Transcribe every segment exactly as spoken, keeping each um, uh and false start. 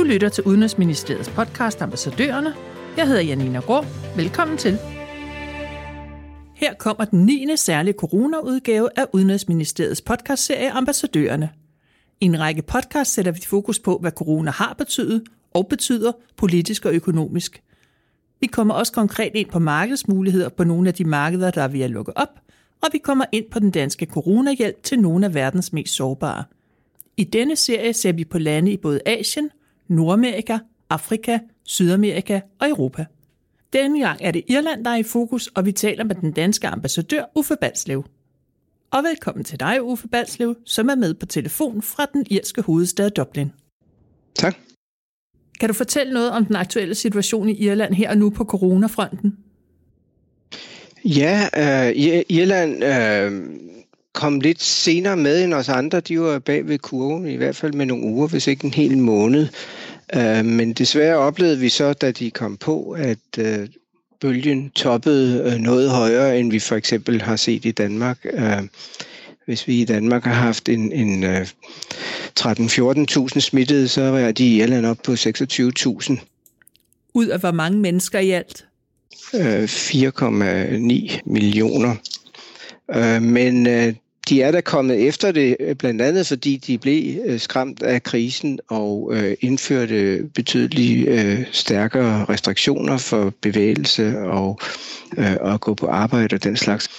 lytter til Udenrigsministeriets podcast Ambassadørerne. Jeg hedder Janina Grå. Velkommen til. Her kommer den niende særlige corona-udgave af Udenrigsministeriets podcastserie Ambassadørerne. I en række podcast sætter vi fokus på, hvad corona har betydet og betyder politisk og økonomisk. Vi kommer også konkret ind på markedsmuligheder på nogle af de markeder, der er ved at lukke op, og vi kommer ind på den danske coronahjælp til nogle af verdens mest sårbare. I denne serie ser vi på lande i både Asien, Nordamerika, Afrika, Sydamerika og Europa. Denne gang er det Irland, der er i fokus, og vi taler med den danske ambassadør Uffe Balslev. Og velkommen til dig, Uffe Balslev, som er med på telefon fra den irske hovedstad Dublin. Tak. Kan du fortælle noget om den aktuelle situation i Irland her og nu på coronafronten? Ja, øh, Irland øh, kom lidt senere med end os andre. De var bag ved kurven, i hvert fald med nogle uger, hvis ikke en hel måned. Øh, men desværre oplevede vi så, da de kom på, at øh, bølgen toppede øh, noget højere, end vi for eksempel har set i Danmark. Øh, hvis vi i Danmark har haft en, en øh, tretten til fjorten tusind smittede, så var de i Irland op på seksogtyve tusind. Ud af hvor mange mennesker i alt? fire komma ni millioner. Men de er da kommet efter det, blandt andet fordi de blev skræmt af krisen og indførte betydeligt stærkere restriktioner for bevægelse og at gå på arbejde og den slags.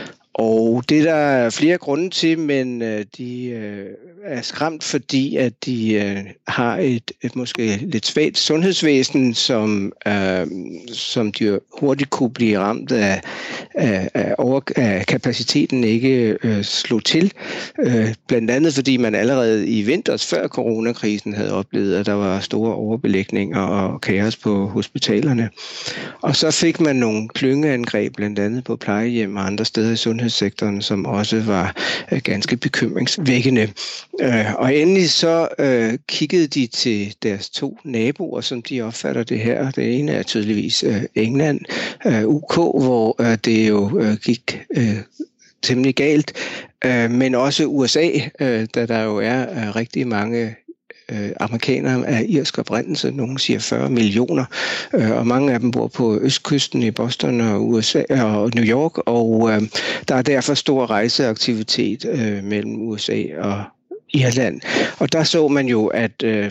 Og det er der flere grunde til, men de er skræmt, fordi at de har et, et måske lidt svagt sundhedsvæsen, som, øh, som de hurtigt kunne blive ramt af, af, af, over, af kapaciteten ikke øh, slog til. Øh, blandt andet fordi man allerede i vinters før coronakrisen havde oplevet, at der var store overbelægninger og kaos på hospitalerne. Og så fik man nogle klyngeangreb, blandt andet på plejehjem og andre steder i sundhedssektoren, som også var øh, ganske bekymringsvækkende. Øh, og endelig så øh, kiggede de til deres to naboer, som de opfatter det her. Det ene er tydeligvis øh, England, øh, U K, hvor øh, det jo øh, gik øh, temmelig galt, øh, men også U S A, øh, da der jo er øh, rigtig mange øh, amerikanere af irsk oprindelse. Nogle siger fyrre millioner, øh, og mange af dem bor på østkysten i Boston og U S A og New York, og øh, der er derfor stor rejseaktivitet øh, mellem U S A og Irland. Og der så man jo, at, øh,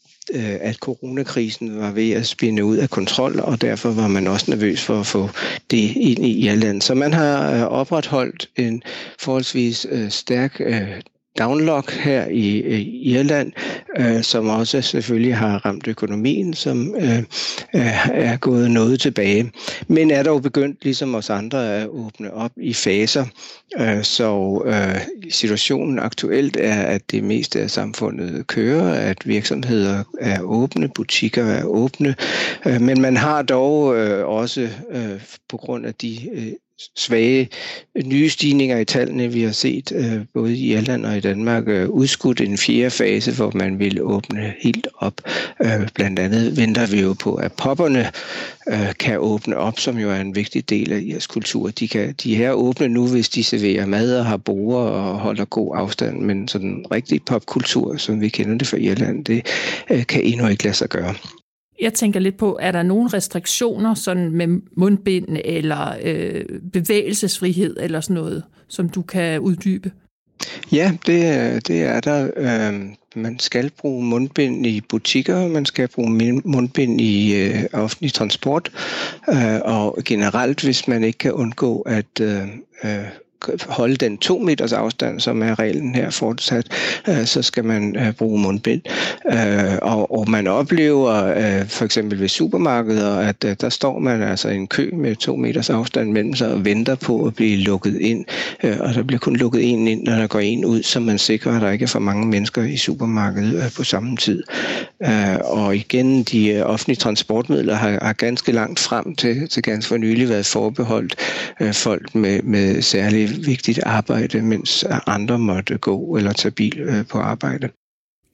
at coronakrisen var ved at spinde ud af kontrol, og derfor var man også nervøs for at få det ind i Irland. Så man har øh, opretholdt en forholdsvis øh, stærk øh, downlock her i, i Irland, øh, som også selvfølgelig har ramt økonomien, som øh, er gået noget tilbage. Men er dog begyndt, ligesom os andre, at åbne op i faser. Øh, så øh, situationen aktuelt er, at det meste af samfundet kører, at virksomheder er åbne, butikker er åbne, øh, men man har dog øh, også øh, på grund af de øh, svage nye stigninger i tallene, vi har set øh, både i Irland og i Danmark, øh, udskudt en fjerde fase, hvor man vil åbne helt op. Øh, blandt andet venter vi jo på, at popperne øh, kan åbne op, som jo er en vigtig del af irsk kultur. De, kan, de er her åbne nu, hvis de serverer mad og har borde og holder god afstand, men sådan en rigtig popkultur, som vi kender det fra Irland, det øh, kan endnu ikke lade sig gøre. Jeg tænker lidt på, er der nogle restriktioner sådan med mundbind eller øh, bevægelsesfrihed eller sådan noget, som du kan uddybe? Ja, det, det er der. Øh, man skal bruge mundbind i butikker, man skal bruge mundbind i øh, offentlig transport, øh, og generelt, hvis man ikke kan undgå at øh, øh, holde den to meters afstand, som er reglen her fortsat, øh, så skal man øh, bruge mundbind. Øh, og, og man oplever øh, for eksempel ved supermarkeder, at øh, der står man altså i en kø med to meters afstand mellem sig og venter på at blive lukket ind. Øh, og der bliver kun lukket en ind, når der går en ud, så man sikrer, at der ikke er for mange mennesker i supermarkedet øh, på samme tid. Øh, og igen, de øh, offentlige transportmidler har, har ganske langt frem til, til ganske for nylig været forbeholdt øh, folk med, med særlig vigtigt arbejde, mens andre måtte gå eller tage bil øh, på arbejde.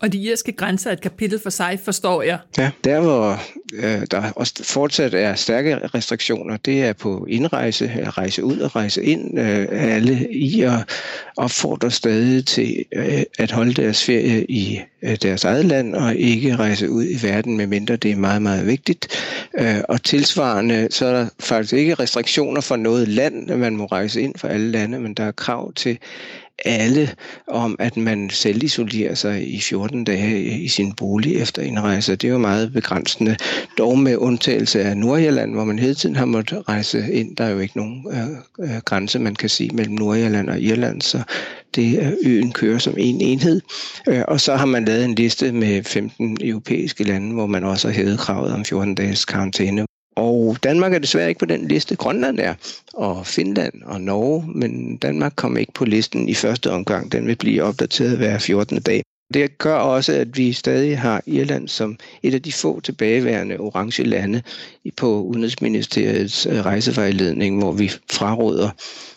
Og de irske grænser er et kapitel for sig, forstår jeg. Ja, der hvor øh, der også fortsat er stærke restriktioner, det er på indrejse, at rejse ud og rejse ind. Øh, alle i og opfordrer stadig til øh, at holde deres ferie i øh, deres eget land og ikke rejse ud i verden, medmindre det er meget, meget vigtigt. Øh, og tilsvarende, så er der faktisk ikke restriktioner for noget land, at man må rejse ind for alle lande, men der er krav til alle om, at man selv isolerer sig i fjorten dage i sin bolig efter indrejse. Det er jo meget begrænsende, dog med undtagelse af Nordirland, hvor man hele tiden har måttet rejse ind. Der er jo ikke nogen øh, øh, grænse, man kan sige, mellem Nordirland og Irland, så det øh, øen kører som en enhed. Øh, og så har man lavet en liste med femten europæiske lande, hvor man også har hævet kravet om fjorten dages karantæne. Og Danmark er desværre ikke på den liste. Grønland er, og Finland og Norge, men Danmark kommer ikke på listen i første omgang. Den vil blive opdateret hver fjortende dag. Det gør også, at vi stadig har Irland som et af de få tilbageværende orange lande på Udenrigsministeriets rejsevejledning, hvor vi fraråder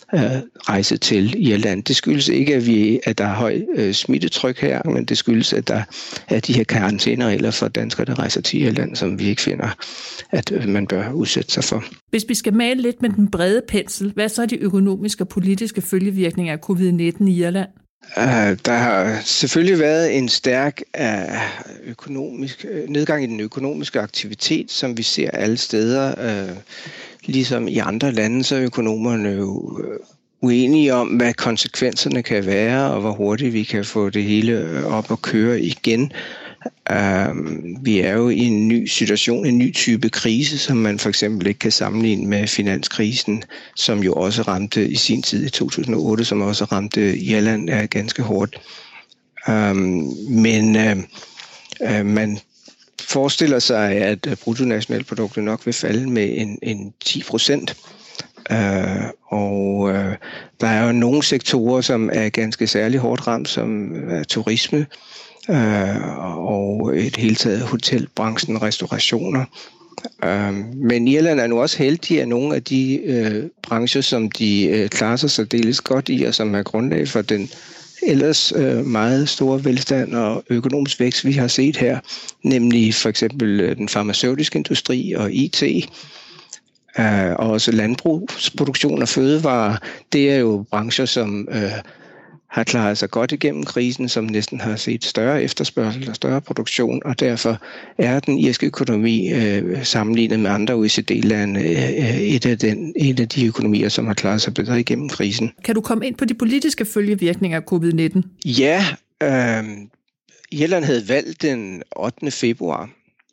rejse til Irland. Det skyldes ikke, at, vi, at der er høj øh, smittetryk her, men det skyldes, at der er de her karantæneregler for danskere, der rejser til Irland, som vi ikke finder, at øh, man bør udsætte sig for. Hvis vi skal male lidt med den brede pensel, hvad så er de økonomiske og politiske følgevirkninger af covid nitten i Irland? Uh, der har selvfølgelig været en stærk uh, økonomisk uh, nedgang i den økonomiske aktivitet, som vi ser alle steder. Uh, ligesom i andre lande, så er økonomerne jo uh, uenige om, hvad konsekvenserne kan være, og hvor hurtigt vi kan få det hele op og køre igen. Uh, vi er jo i en ny situation, en ny type krise, som man for eksempel ikke kan sammenligne med finanskrisen, som jo også ramte i sin tid i to tusind og otte, som også ramte Irland uh, ganske hårdt. Uh, men uh, uh, man forestiller sig, at bruttonationalproduktet nok vil falde med en, en ti procent. Uh, og uh, der er jo nogle sektorer, som er ganske særlig hårdt ramt, som er turisme, Uh, og et hele taget hotelbranchen, restaurationer. Uh, men Irland er nu også heldig af nogle af de uh, brancher, som de uh, klarer sig særdeles godt i, og som er grundlag for den ellers uh, meget store velstand og økonomisk vækst, vi har set her, nemlig for eksempel uh, den farmaceutiske industri og I T, uh, og også landbrugsproduktion og fødevarer. Det er jo brancher, som uh, har klaret sig godt igennem krisen, som næsten har set større efterspørgsel og større produktion, og derfor er den irske økonomi øh, sammenlignet med andre O E C D-lande øh, et, af den, et af de økonomier, som har klaret sig bedre igennem krisen. Kan du komme ind på de politiske følgevirkninger af covid nitten? Ja, øh, Irland havde valgt den ottende februar,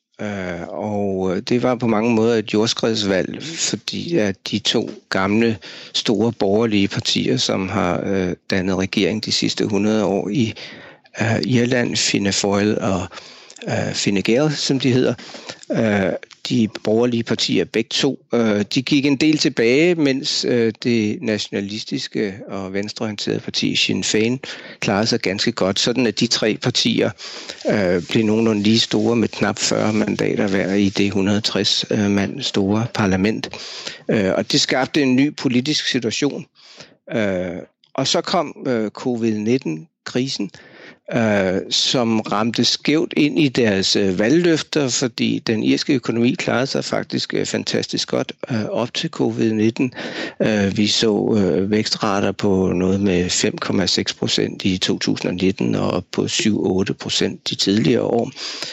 Uh, og det var på mange måder et jordskredsvalg, fordi at de to gamle, store borgerlige partier, som har uh, dannet regering de sidste hundrede år i uh, Irland, Fianna Fáil og uh, Fine Gael, som de hedder, uh, de borgerlige partier, begge to, uh, de gik en del tilbage, mens uh, det nationalistiske og venstreorienterede parti Sinn Féin klarede sig ganske godt, sådan at de tre partier uh, blev nogenlunde lige store med knap fyrre mandater hver i det et hundrede og tres uh, mand store parlament. Uh, og det skabte en ny politisk situation. Uh, og så kom uh, covid nitten-krisen, Uh, som ramte skævt ind i deres uh, valgløfter, fordi den irske økonomi klarede sig faktisk uh, fantastisk godt uh, op til covid nitten. Uh, vi så uh, vækstrater på noget med fem komma seks procent i to tusind og nitten og på syv til otte procent de tidligere år.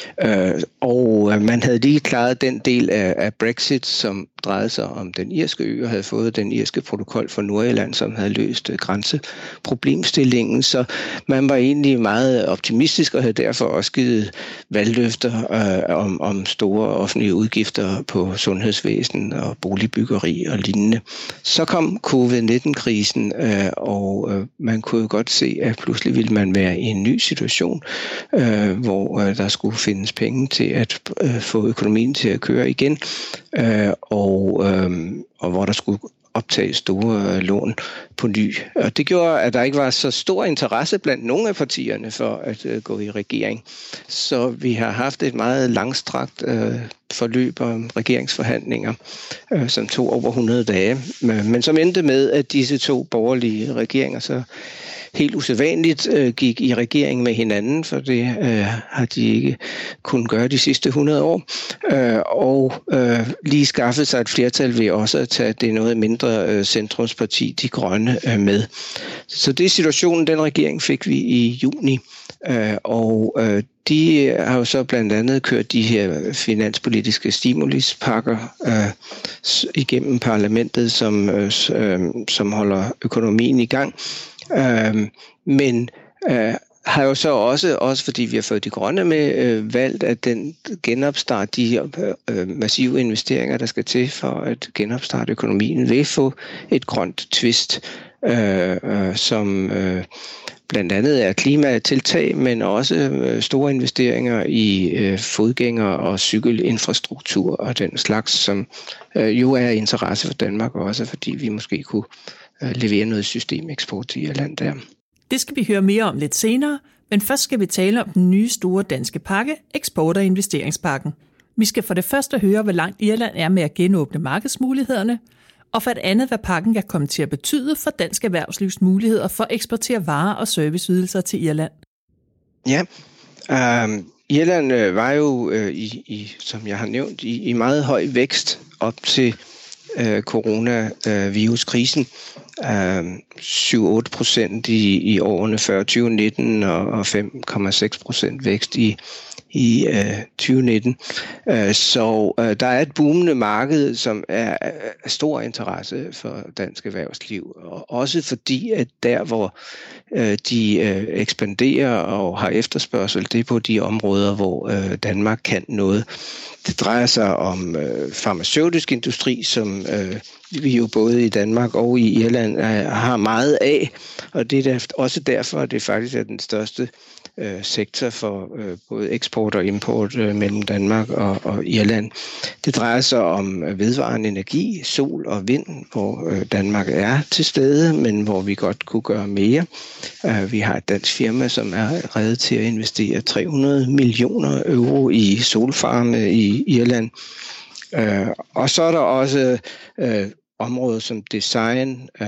Uh, og uh, man havde lige klaret den del af, af Brexit, som drejede sig om den irske ø og havde fået den irske protokol for Nordirland, som havde løst uh, grænseproblemstillingen. Så man var egentlig meget optimistisk og havde derfor også givet valgløfter øh, om, om store offentlige udgifter på sundhedsvæsen og boligbyggeri og lignende. Så kom covid nitten-krisen, øh, og øh, man kunne jo godt se, at pludselig ville man være i en ny situation, øh, hvor øh, der skulle findes penge til at øh, få økonomien til at køre igen, øh, og, øh, og hvor der skulle optage store lån på ny. Og det gjorde, at der ikke var så stor interesse blandt nogle af partierne for at uh, gå i regering. Så vi har haft et meget langstrakt uh, forløb om regeringsforhandlinger, uh, som tog over hundrede dage, men som endte med, at disse to borgerlige regeringer så helt usædvanligt øh, gik i regering med hinanden, for det øh, har de ikke kunnet gøre de sidste hundrede år, øh, og øh, lige skaffet sig et flertal ved også at tage det noget mindre øh, centrumsparti, De Grønne, øh, med. Så det er situationen, den regering fik vi i juni, øh, og øh, de har jo så blandt andet kørt de her finanspolitiske stimulispakker øh, igennem parlamentet, som, øh, som holder økonomien i gang. Øh, men øh, har jo så også, også fordi vi har fået De Grønne med, øh, valgt at den genopstart de her øh, massive investeringer, der skal til for at genopstarte økonomien, vil få et grønt twist, øh, øh, som øh, blandt andet er klimatiltag, men også øh, store investeringer i øh, fodgænger- og cykelinfrastruktur og den slags, som øh, jo er interesse for Danmark også, fordi vi måske kunne øh, levere noget systemeksport til Irland der. Det skal vi høre mere om lidt senere, men først skal vi tale om den nye store danske pakke, eksport- og investeringspakken. Vi skal for det første høre, hvor langt Irland er med at genåbne markedsmulighederne, og for det andet, hvad pakken kan komme til at betyde for dansk erhvervslivs muligheder for at eksportere varer og serviceydelser til Irland. Ja, øh, Irland øh, var jo, øh, i, i, som jeg har nævnt, i, i meget høj vækst op til øh, coronaviruskrisen. Øh, syv til otte procent i, i årene før tyve nitten og, og fem komma seks procent vækst i i øh, tyve nitten. Øh, så øh, der er et boomende marked, som er af stor interesse for dansk erhvervsliv, og også fordi, at der, hvor øh, de øh, ekspanderer og har efterspørgsel, det er på de områder, hvor øh, Danmark kan noget. Det drejer sig om øh, farmaceutisk industri, som øh, vi jo både i Danmark og i Irland øh, har meget af, og det er også derfor, at det faktisk er den største øh, sektor for øh, både eksport og import øh, mellem Danmark og, og Irland. Det drejer sig om øh, vedvarende energi, sol og vind, hvor øh, Danmark er til stede, men hvor vi godt kunne gøre mere. Uh, vi har et dansk firma, som er rede til at investere tre hundrede millioner euro i solfarme i Irland. Uh, og så er der også uh, områder som design uh,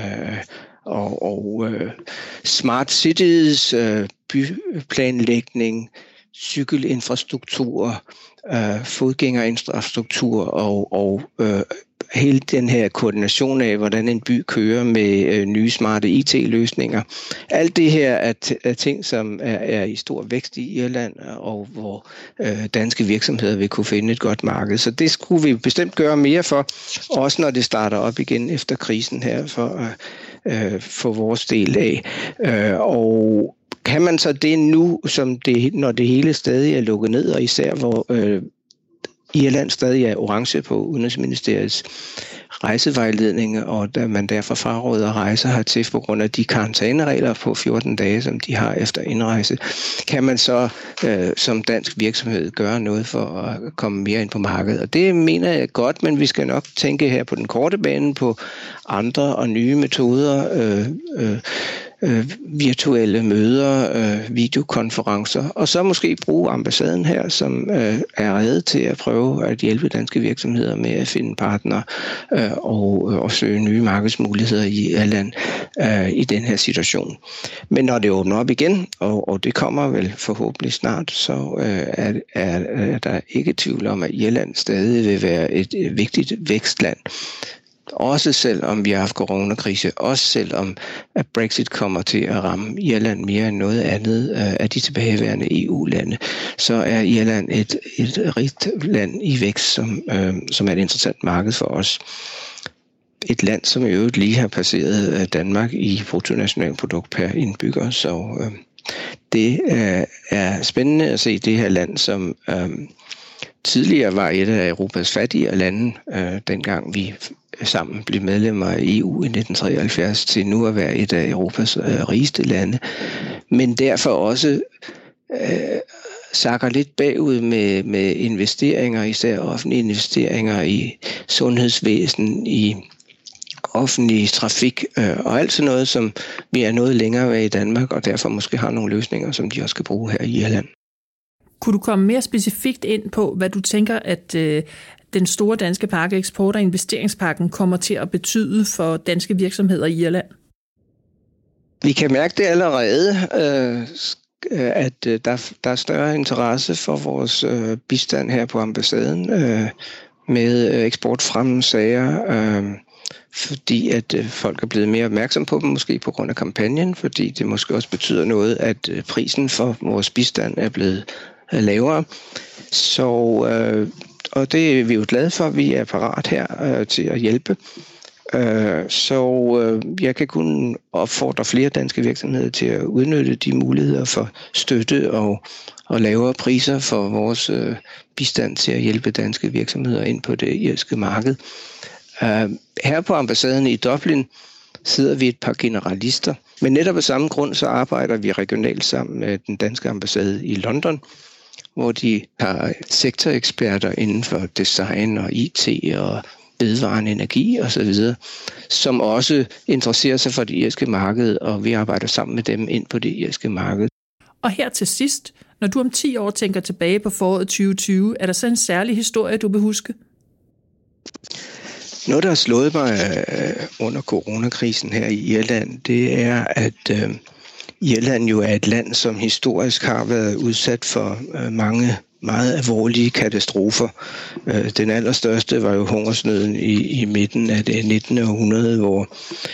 og, og uh, smart cities, uh, byplanlægning, cykelinfrastruktur, uh, fodgængerinfrastruktur og, og uh, hele den her koordination af, hvordan en by kører med øh, nye smarte I T-løsninger. Alt det her er, t- er ting, som er, er i stor vækst i Irland, og hvor øh, danske virksomheder vil kunne finde et godt marked. Så det skulle vi bestemt gøre mere for, også når det starter op igen efter krisen her, for at øh, få vores del af. Øh, og kan man så det nu, som det, når det hele stadig er lukket ned, og især hvor øh, Irland stadig er orange på Udenrigsministeriets rejsevejledning, og da man derfor fraråder rejser hertil på grund af de karantæneregler på fjorten dage, som de har efter indrejse, kan man så øh, som dansk virksomhed gøre noget for at komme mere ind på markedet. Og det mener jeg godt, men vi skal nok tænke her på den korte bane på andre og nye metoder, øh, øh, øh, virtuelle møder, øh, videokonferencer, og så måske bruge ambassaden her, som øh, er rede til at prøve at hjælpe danske virksomheder med at finde partnere øh, og, og søge nye markedsmuligheder i Irland øh, i den her situation. Men når det åbner op igen, og, og det kommer vel forhåbentlig snart, så øh, er, er, er der ikke tvivl om, at Irland stadig vil være et, et vigtigt vækstland. Også selvom vi har haft coronakrise, også selvom at Brexit kommer til at ramme Irland mere end noget andet øh, af de tilbageværende E U-lande, så er Irland et, et rigt land i vækst, som, øh, som er et interessant marked for os. Et land, som i øvrigt lige har passeret Danmark i bruttonationalprodukt per indbygger, så øh, det øh, er spændende at se det her land, som øh, tidligere var et af Europas fattigere lande, øh, dengang vi sammen blev medlemmer af E U i nitten treoghalvfjerds, til nu at være et af Europas øh, rigeste lande, men derfor også øh, sakker lidt bagud med, med investeringer, især offentlige investeringer i sundhedsvæsen, i offentlig trafik øh, og alt sådan noget, som vi er noget længere ved i Danmark, og derfor måske har nogle løsninger, som de også skal bruge her i Irland. Kunne du komme mere specifikt ind på, hvad du tænker, at øh, den store danske pakke, eksport- og investeringspakken, kommer til at betyde for danske virksomheder i Irland? Vi kan mærke det allerede, øh, at øh, der, der er større interesse for vores øh, bistand her på ambassaden øh, med øh, eksportfremmende sager, øh, fordi at øh, folk er blevet mere opmærksomme på dem, måske på grund af kampagnen, fordi det måske også betyder noget, at øh, prisen for vores bistand er blevet øh, lavere. Så, øh, og det er vi jo glade for, vi er parat her øh, til at hjælpe. Så jeg kan kun opfordre flere danske virksomheder til at udnytte de muligheder for støtte og, og lavere priser for vores bistand til at hjælpe danske virksomheder ind på det irske marked. Her på ambassaden i Dublin sidder vi et par generalister, men netop af samme grund så arbejder vi regionalt sammen med den danske ambassade i London, hvor de har sektoreksperter inden for design og I T og vedvarende energi osv., som også interesserer sig for det irske marked, og vi arbejder sammen med dem ind på det irske marked. Og her til sidst, når du om ti år tænker tilbage på foråret tyve tyve, er der så en særlig historie, du vil huske? Noget, der har slået mig under coronakrisen her i Irland, det er, at Irland jo er et land, som historisk har været udsat for mange meget alvorlige katastrofer. Den allerstørste var jo hungersnøden i, i midten af det nittende århundrede, hvor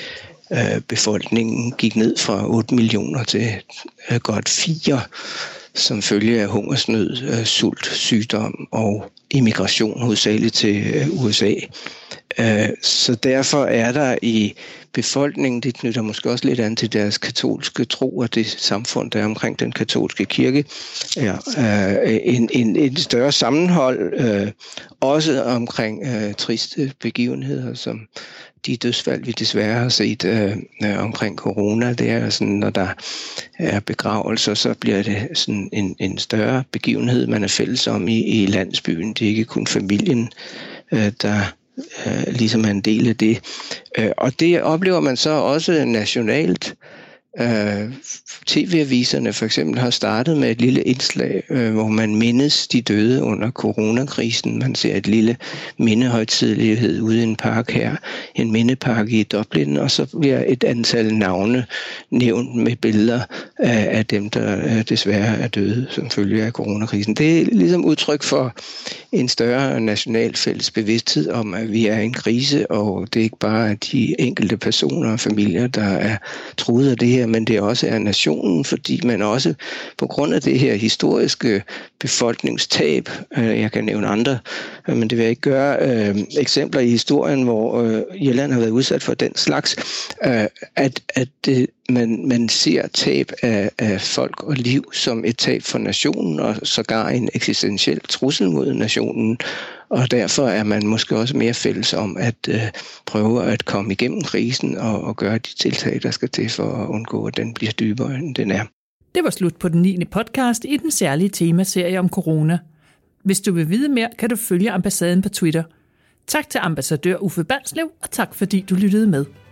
øh, befolkningen gik ned fra otte millioner til øh, godt fire, som følge af hungersnød, øh, sult, sygdom og immigration hovedsageligt til øh, U S A. Øh, så derfor er der i befolkningen, det knytter måske også lidt an til deres katolske tro og det samfund, der er omkring den katolske kirke, ja, øh, en, en, en større sammenhold, øh, også omkring øh, triste begivenheder, som de dødsfald, vi desværre har set øh, øh, omkring corona. Det er sådan, når der er begravelser, så bliver det sådan en, en større begivenhed, man er fælles om i, i landsbyen. Det er ikke kun familien, øh, der Uh, ligesom er en del af det. Uh, og det oplever man så også nationalt. Uh, T V-aviserne for eksempel har startet med et lille indslag, uh, hvor man mindes de døde under coronakrisen. Man ser et lille mindehøjtidelighed ude i en park her, en mindepark i Dublin, og så bliver et antal navne nævnt med billeder af, af dem, der uh, desværre er døde som følge af coronakrisen. Det er ligesom udtryk for en større national fælles bevidsthed om, at vi er i en krise, og det er ikke bare de enkelte personer og familier, der er truet af det her, men det også er nationen, fordi man også på grund af det her historiske befolkningstab, jeg kan nævne andre, men det vil jeg ikke gøre, eksempler i historien, hvor Irland har været udsat for den slags, at, at det, man, man ser tab af, af folk og liv som et tab for nationen, og sågar en eksistentiel trussel mod nationen. Og derfor er man måske også mere fælles om at øh, prøve at komme igennem krisen og, og gøre de tiltag, der skal til for at undgå, at den bliver dybere, end den er. Det var slut på den niende podcast i den særlige temaserie om corona. Hvis du vil vide mere, kan du følge ambassaden på Twitter. Tak til ambassadør Uffe Balslev, og tak fordi du lyttede med.